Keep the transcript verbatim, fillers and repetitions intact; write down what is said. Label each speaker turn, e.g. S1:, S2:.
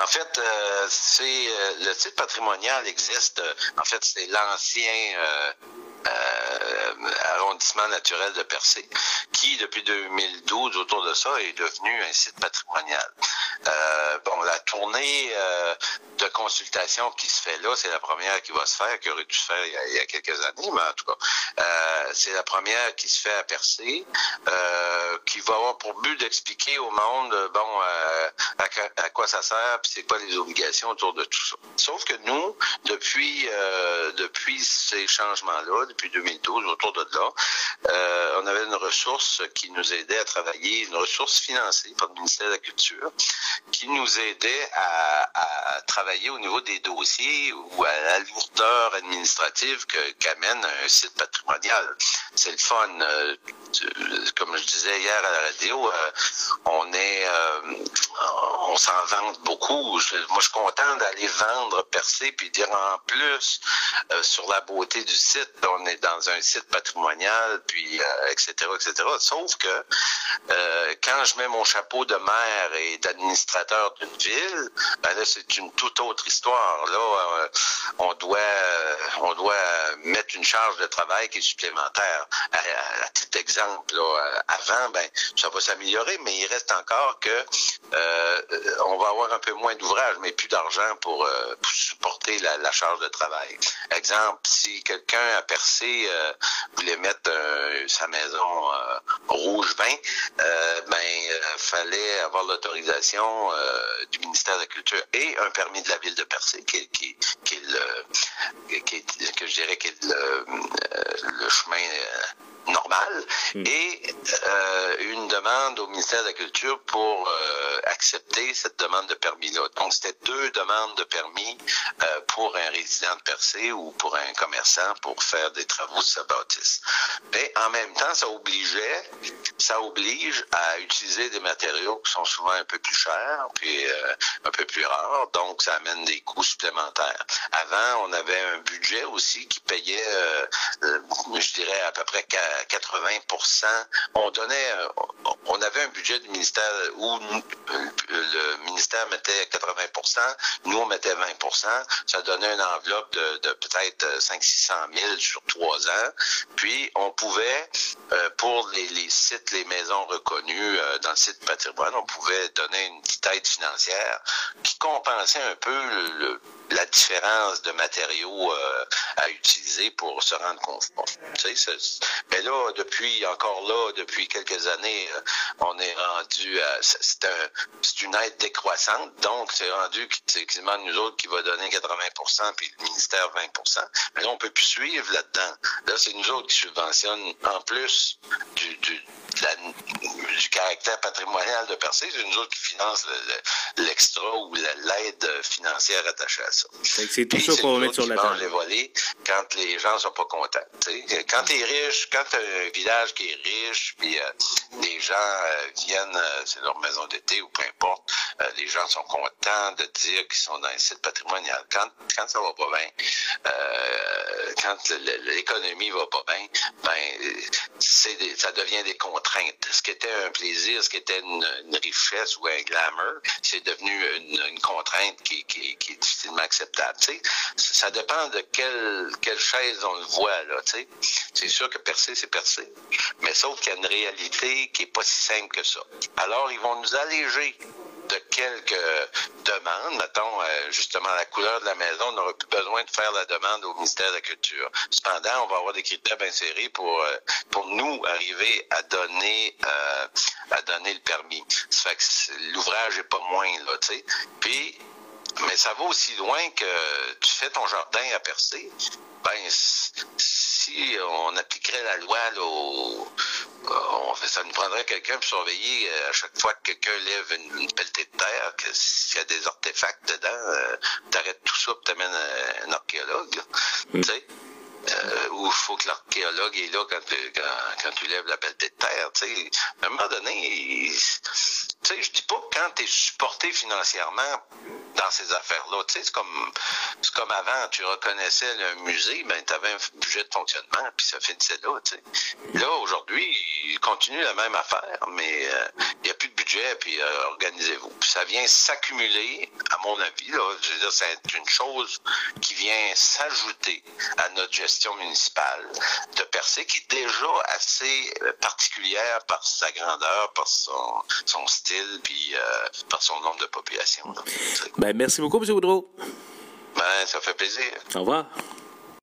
S1: En fait, euh, c'est euh, le titre patrimonial existe. Euh, en fait, c'est l'ancien euh, euh, arrondissement naturel de Percé, qui depuis deux mille douze autour de ça est devenu un site patrimonial. Euh, bon, la tournée euh, de consultation qui se fait là, c'est la première qui va se faire, qui aurait dû se faire il y a, il y a quelques années, mais en tout cas, euh, c'est la première qui se fait à Percé, euh, qui va avoir pour but d'expliquer au monde, bon, euh, à, à quoi ça sert, puis c'est quoi les obligations autour de tout ça. Sauf que nous, depuis euh, depuis ces changements-là, depuis deux mille douze, autour de là, euh, on avait une ressource qui nous aidait à travailler, une ressource financée par le ministère de la Culture, qui nous aidait à, à travailler au niveau des dossiers ou à la lourdeur administrative que, qu'amène un site patrimonial. C'est le fun. Euh, comme je disais hier à la radio, euh, on est, euh, on s'en vante beaucoup. Je, moi, je suis content d'aller vendre Percé puis dire en plus euh, sur la beauté du site, on est dans un site patrimonial, puis euh, et cetera, et cetera. Sauf que euh, quand je mets mon chapeau de maire et d'administrateur d'une ville, ben là, c'est une toute autre histoire. Là, euh, on doit, on doit mettre une charge de travail qui est supplémentaire. À, à, à titre d'exemple, là, avant, ben, ça va s'améliorer, mais il reste encore que euh, on va avoir un peu moins d'ouvrage, mais plus d'argent pour, euh, pour supporter la, la charge de travail. Exemple, si quelqu'un a percé, euh, voulait mettre euh, sa maison euh, rouge vin, euh, ben, euh, fallait avoir l'autorisation euh, du ministère de la Culture et un permis de la ville de Percé, qui, qui, qui est le, qui est, que je dirais qui est le, le chemin euh, normal, mmh. et euh, une demande au ministère de la Culture pour euh, accepter cette demande de permis-là. Donc, c'était deux demandes de permis euh, pour un résident de Percé ou pour un commerçant pour faire des travaux de sa bâtisse. Mais en même temps, ça obligeait, ça oblige à utiliser des matériaux qui sont souvent un peu plus chers, puis euh, un peu plus rares, donc ça amène des coûts supplémentaires. Avant, on avait un budget aussi qui payait, euh, euh, je dirais, à peu près quatre-vingts pour cent. On donnait, on avait un budget du ministère où le ministère mettait quatre-vingts pour cent, nous on mettait vingt pour cent. Ça donnait une enveloppe de, de peut-être cinq cents à six cent mille sur trois ans. Puis on pouvait, euh, pour les, les sites, les maisons reconnues euh, dans le site patrimoine, on pouvait donner une petite aide financière qui compensait un peu le, le, la différence de matériaux euh, à utiliser pour se rendre conforme. Tu sais, mais là, depuis, encore là, depuis quelques années, euh, on est rendu à, c'est, un, c'est une aide décroissante, donc c'est rendu que c'est quasiment nous autres qui va donner quatre-vingts pour cent puis le ministère vingt pour cent. Mais là, on peut plus suivre là-dedans. Là, c'est nous autres qui subventionnent en plus du, du, de la, du caractère patrimonial de Percé, c'est nous autres qui financent le, le, l'extra ou la, l'aide financière attachée à ça.
S2: C'est, c'est tout ça qu'on va mettre sur la table.
S1: Les volets quand les gens sont pas contents. T'sais. Quand tu es riche, quand tu as un village qui est riche, puis euh, les gens euh, viennent, euh, c'est leur maison d'été ou peu importe, euh, les gens sont contents de dire qu'ils sont dans un site patrimonial. Quand, quand ça va pas bien, euh, quand le, l'économie va pas bien, ben c'est des, ça devient des contraintes. Ce qui était un plaisir, ce qui était une, une richesse ou un glamour, c'est devenu une, une contrainte qui, qui, qui est difficilement acceptable. T'sais. Ça dépend de quelle, quelle chaise on le voit, là, tu sais. C'est sûr que Percé, c'est Percé. Mais sauf qu'il y a une réalité qui est pas si simple que ça. Alors, ils vont nous alléger de quelques demandes. Mettons, euh, justement, la couleur de la maison, on n'aura plus besoin de faire la demande au ministère de la Culture. Cependant, on va avoir des critères bien serrés pour, euh, pour nous arriver à donner, euh, à donner le permis. Ça fait que l'ouvrage est pas moins, là, tu sais. Puis, mais ça va aussi loin que tu fais ton jardin à Percé, ben, si on appliquerait la loi, là, au, on fait, ça nous prendrait quelqu'un pour surveiller à chaque fois que quelqu'un lève une, une pelletée de terre, que s'il y a des artefacts dedans, euh, t'arrêtes tout ça et t'amènes un, un archéologue, mm. tu sais. Euh, où il faut que l'archéologue est là quand tu, quand, quand tu lèves la pelletée de terre, tu sais. À un moment donné, tu sais, je dis pas que quand tu es supporté financièrement dans ces affaires-là. Tu sais, c'est comme, c'est comme avant, tu reconnaissais le musée, ben, tu avais un budget de fonctionnement, puis ça finissait là, tu sais. Là, aujourd'hui, il continue la même affaire, mais euh, il n'y a plus de budget, puis euh, organisez-vous. Puis ça vient s'accumuler, à mon avis, là, je veux dire, c'est une chose qui vient s'ajouter à notre gestion municipale de Percé, qui est déjà assez particulière par sa grandeur, par son, son style, puis euh, par son nombre de population. Là,
S2: ben, merci beaucoup, M. Boudreau.
S1: Ben, ça fait plaisir.
S2: Au revoir.